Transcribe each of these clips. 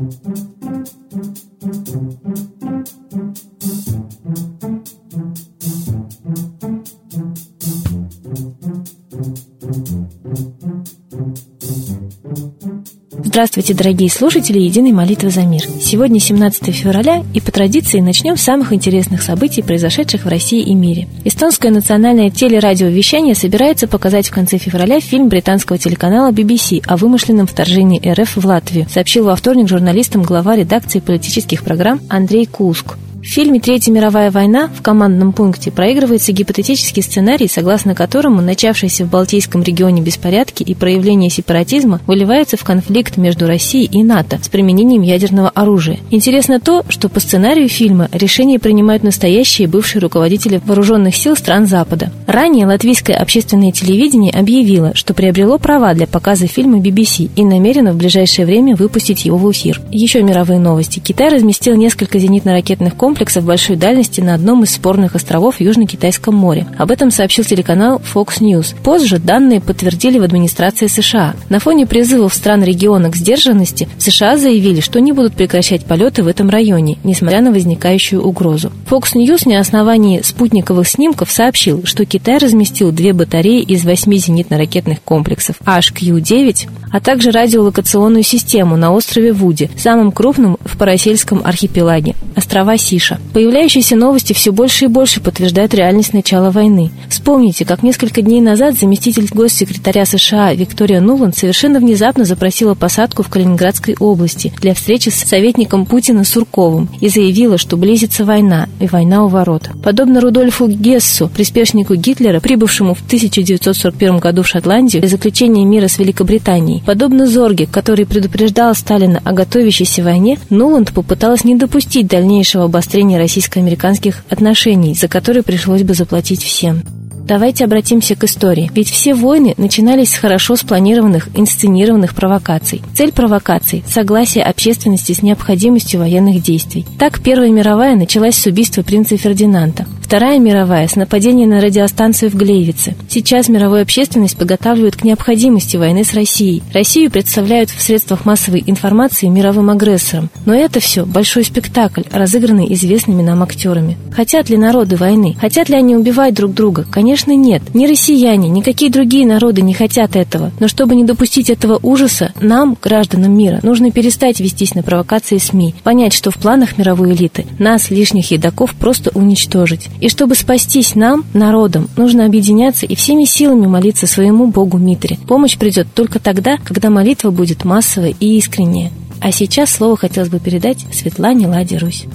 Здравствуйте, дорогие слушатели Единой молитвы за мир. Сегодня 17 февраля, и по традиции начнем с самых интересных событий, произошедших в России и мире. Эстонское национальное телерадиовещание собирается показать в конце февраля фильм британского телеканала BBC о вымышленном вторжении РФ в Латвию, сообщил во вторник журналистам глава редакции политических программ Андрей Куск. В фильме «Третья мировая война» в командном пункте проигрывается гипотетический сценарий, согласно которому начавшиеся в Балтийском регионе беспорядки и проявление сепаратизма выливаются в конфликт между Россией и НАТО с применением ядерного оружия. Интересно то, что по сценарию фильма решения принимают настоящие бывшие руководители вооруженных сил стран Запада. Ранее латвийское общественное телевидение объявило, что приобрело права для показа фильма BBC и намерено в ближайшее время выпустить его в эфир. Еще мировые новости. Китай разместил несколько зенитно-ракетных комплексов большой дальности на одном из спорных островов в Южно-Китайском море. Об этом сообщил телеканал Fox News. Позже данные подтвердили в администрации США. На фоне призывов стран региона к сдержанности, США заявили, что не будут прекращать полеты в этом районе, несмотря на возникающую угрозу. Fox News на основании спутниковых снимков сообщил, что Китай разместил 2 батареи из 8 зенитно-ракетных комплексов HQ-9, а также радиолокационную систему на острове Вуди, самом крупном в Парасельском архипелаге, острова Сиша. Появляющиеся новости все больше и больше подтверждают реальность начала войны. Вспомните, как несколько дней назад заместитель госсекретаря США Виктория Нуланд совершенно внезапно запросила посадку в Калининградской области для встречи с советником Путина Сурковым и заявила, что близится война, и война у ворот. Подобно Рудольфу Гессу, приспешнику Гитлера, прибывшему в 1941 году в Шотландию для заключения мира с Великобританией, подобно Зорге, который предупреждал Сталина о готовящейся войне, Нуланд попыталась не допустить дальнейшего обострения российско-американских отношений, за которые пришлось бы заплатить всем. Давайте обратимся к истории. Ведь все войны начинались с хорошо спланированных, инсценированных провокаций. Цель провокаций – согласие общественности с необходимостью военных действий. Так, Первая мировая началась с убийства принца Фердинанда. Вторая мировая – с нападения на радиостанцию в Глейвице. Сейчас мировую общественность подготавливают к необходимости войны с Россией. Россию представляют в средствах массовой информации мировым агрессором. Но это все большой спектакль, разыгранный известными нам актерами. Хотят ли народы войны? Хотят ли они убивать друг друга? Конечно, нет. Ни россияне, никакие другие народы не хотят этого. Но чтобы не допустить этого ужаса, нам, гражданам мира, нужно перестать вестись на провокации СМИ, понять, что в планах мировой элиты нас, лишних едоков, просто уничтожить. И чтобы спастись нам, народам, нужно объединяться и всеми силами молиться своему Богу Митре. Помощь придет только тогда, когда молитва будет массовая и искренняя. А сейчас слово хотелось бы передать Светлане Ладе Русь.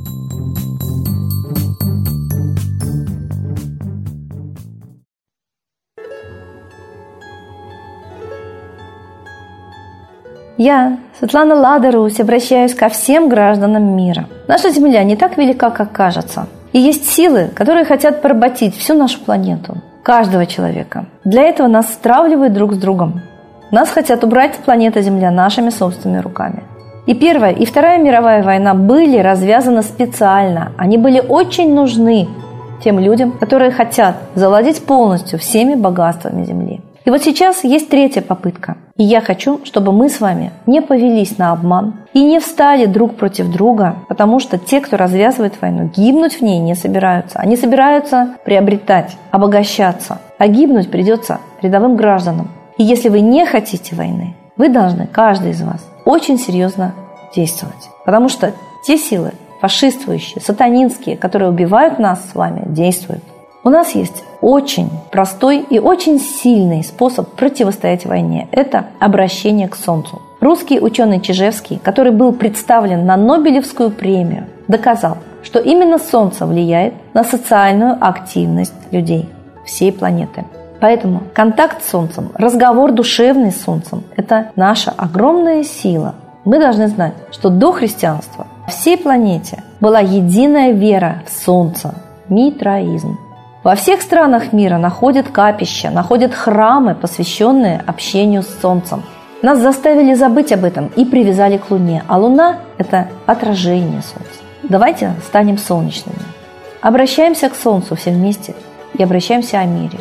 Я, Светлана Лада Русь, обращаюсь ко всем гражданам мира. Наша Земля не так велика, как кажется. И есть силы, которые хотят поработить всю нашу планету, каждого человека. Для этого нас стравливают друг с другом. Нас хотят убрать с планеты Земля нашими собственными руками. И Первая, и Вторая мировая война были развязаны специально. Они были очень нужны тем людям, которые хотят завладеть полностью всеми богатствами Земли. И вот сейчас есть третья попытка. И я хочу, чтобы мы с вами не повелись на обман и не встали друг против друга, потому что те, кто развязывает войну, гибнуть в ней не собираются. Они собираются приобретать, обогащаться. А гибнуть придется рядовым гражданам. И если вы не хотите войны, вы должны, каждый из вас, очень серьезно действовать. Потому что те силы, фашистующие, сатанинские, которые убивают нас с вами, действуют. У нас есть очень простой и очень сильный способ противостоять войне. Это обращение к Солнцу. Русский ученый Чижевский, который был представлен на Нобелевскую премию, доказал, что именно Солнце влияет на социальную активность людей всей планеты. Поэтому контакт с Солнцем, разговор душевный с Солнцем – это наша огромная сила. Мы должны знать, что до христианства на всей планете была единая вера в Солнце – митраизм. Во всех странах мира находят капища, находят храмы, посвященные общению с Солнцем. Нас заставили забыть об этом и привязали к Луне, а Луна – это отражение Солнца. Давайте станем солнечными. Обращаемся к Солнцу все вместе и обращаемся о мире.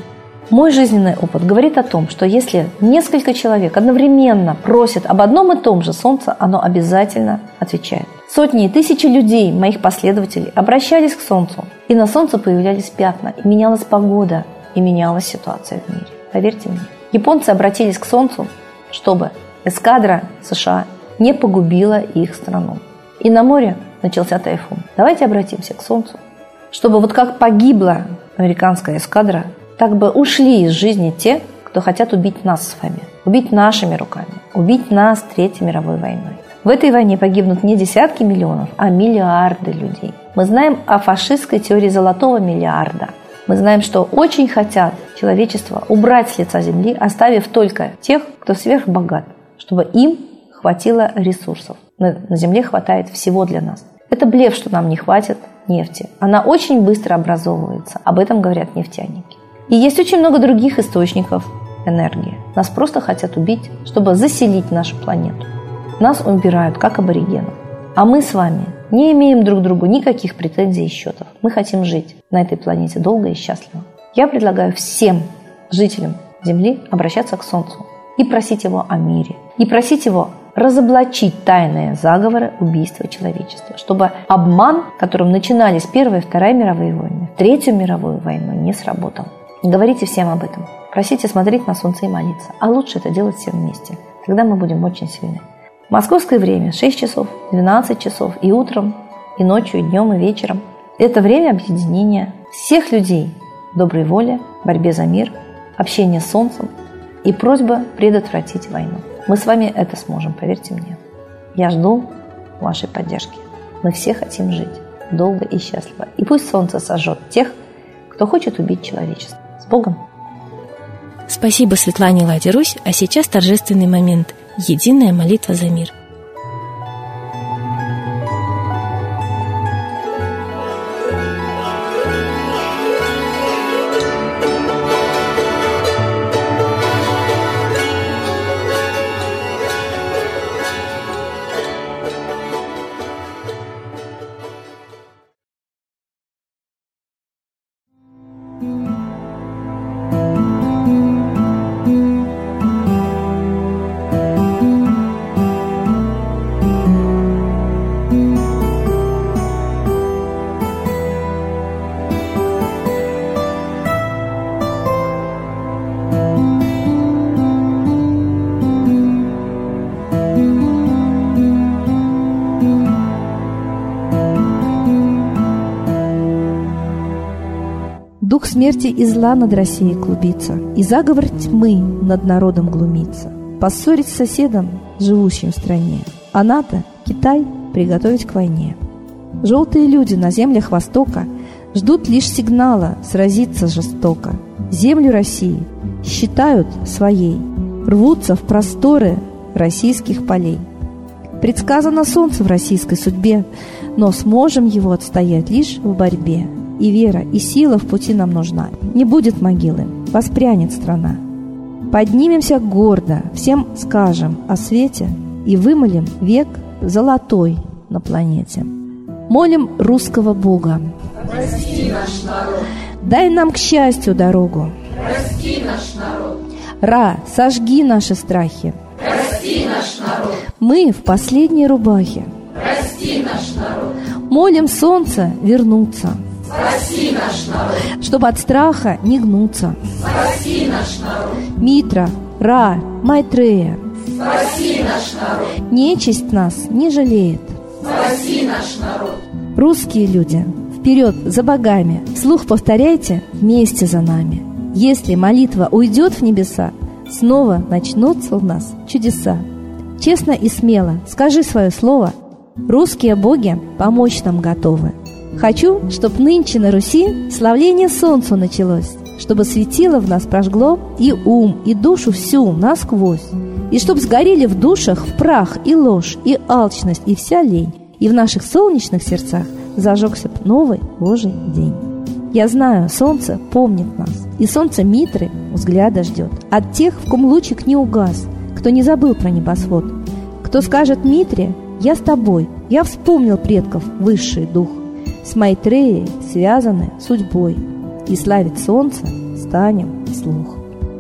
Мой жизненный опыт говорит о том, что если несколько человек одновременно просят об одном и том же солнце, оно обязательно отвечает. Сотни и тысячи людей, моих последователей, обращались к солнцу, и на солнце появлялись пятна, и менялась погода, и менялась ситуация в мире. Поверьте мне. Японцы обратились к солнцу, чтобы эскадра США не погубила их страну. И на море начался тайфун. Давайте обратимся к солнцу, чтобы вот как погибла американская эскадра, так бы ушли из жизни те, кто хотят убить нас с вами, убить нашими руками, убить нас Третьей мировой войной. В этой войне погибнут не десятки миллионов, а миллиарды людей. Мы знаем о фашистской теории золотого миллиарда. Мы знаем, что очень хотят человечество убрать с лица земли, оставив только тех, кто сверхбогат, чтобы им хватило ресурсов. На земле хватает всего для нас. Это блеф, что нам не хватит нефти. Она очень быстро образовывается. Об этом говорят нефтяники. И есть очень много других источников энергии. Нас просто хотят убить, чтобы заселить нашу планету. Нас убирают, как аборигенов. А мы с вами не имеем друг к другу никаких претензий и счетов. Мы хотим жить на этой планете долго и счастливо. Я предлагаю всем жителям Земли обращаться к Солнцу и просить его о мире. И просить его разоблачить тайные заговоры убийства человечества, чтобы обман, которым начинались Первая и Вторая мировые войны, Третью мировую войну, не сработал. Говорите всем об этом. Просите смотреть на солнце и молиться. А лучше это делать всем вместе. Тогда мы будем очень сильны. Московское время 6 часов, 12 часов и утром, и ночью, и днем, и вечером. Это время объединения всех людей в доброй воле, борьбе за мир, общения с солнцем и просьба предотвратить войну. Мы с вами это сможем, поверьте мне. Я жду вашей поддержки. Мы все хотим жить долго и счастливо. И пусть солнце сожжет тех, кто хочет убить человечество. С Богом! Спасибо Светлане Ладе Русь, а сейчас торжественный момент – единая молитва за мир. Дух смерти и зла над Россией клубится, и заговор тьмы над народом глумится. Поссорить с соседом, живущим в стране, а НАТО, Китай, приготовить к войне. Желтые люди на землях Востока ждут лишь сигнала сразиться жестоко. Землю России считают своей, рвутся в просторы российских полей. Предсказано солнце в российской судьбе, но сможем его отстоять лишь в борьбе. И вера, и сила в пути нам нужна. Не будет могилы, воспрянет страна. Поднимемся гордо, всем скажем о свете и вымолим век золотой на планете. Молим русского Бога. Прости наш народ. Дай нам к счастью дорогу. Прости наш народ. Ра, сожги наши страхи. Прости наш народ. Мы в последней рубахе. Прости наш народ. Молим солнце вернуться. Спаси наш народ. Чтобы от страха не гнуться. Спаси наш народ. Митра, Ра, Майтрея. Спаси наш народ. Нечисть нас не жалеет. Спаси наш народ. Русские люди, вперед за богами. Вслух повторяйте вместе за нами. Если молитва уйдет в небеса, снова начнутся у нас чудеса. Честно и смело скажи свое слово. Русские боги помочь нам готовы. Хочу, чтоб нынче на Руси славление солнцу началось, чтобы светило в нас прожгло и ум, и душу всю насквозь, и чтоб сгорели в душах в прах и ложь, и алчность, и вся лень, и в наших солнечных сердцах зажегся новый Божий день. Я знаю, солнце помнит нас, и солнце Митры взгляда ждет от тех, в ком лучик не угас, кто не забыл про небосвод, кто скажет Митре: «Я с тобой, я вспомнил предков высший дух». С Майтреей связаны судьбой, и славить солнце станем вслух.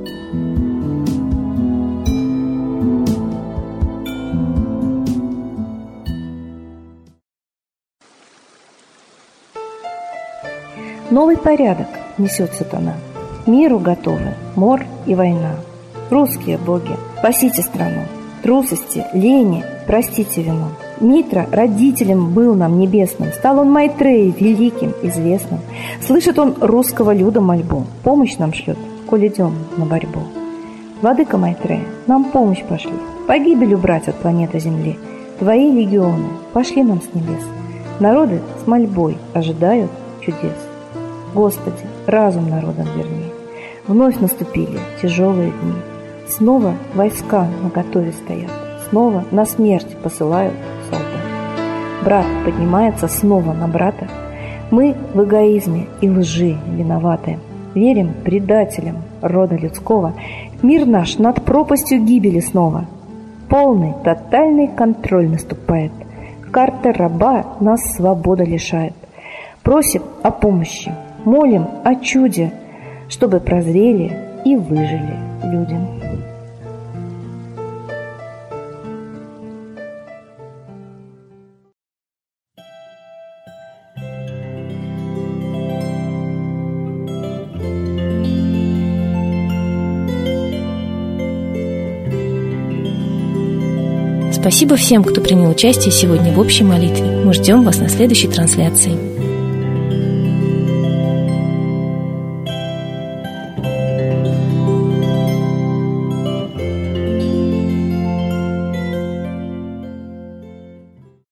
Новый порядок несет сатана. Миру готовы мор и война. Русские боги, спасите страну. Трусости, лени, простите вину. Митра родителем был нам небесным, стал он Майтреей великим, известным. Слышит он русского люда мольбу, помощь нам шлет, коль идем на борьбу. Владыка Майтрея, нам помощь пошли, погибель убрать от планеты Земли. Твои легионы пошли нам с небес. Народы с мольбой ожидают чудес. Господи, разум народам верни. Вновь наступили тяжелые дни. Снова войска наготове стоят. Снова на смерть посылают солдат. Брат поднимается снова на брата. Мы в эгоизме и лжи виноваты. Верим предателям рода людского. Мир наш над пропастью гибели снова. Полный, тотальный контроль наступает. Карта раба нас свобода лишает. Просим о помощи. Молим о чуде, чтобы прозрели и выжили людям. Спасибо всем, кто принял участие сегодня в общей молитве. Мы ждем вас на следующей трансляции.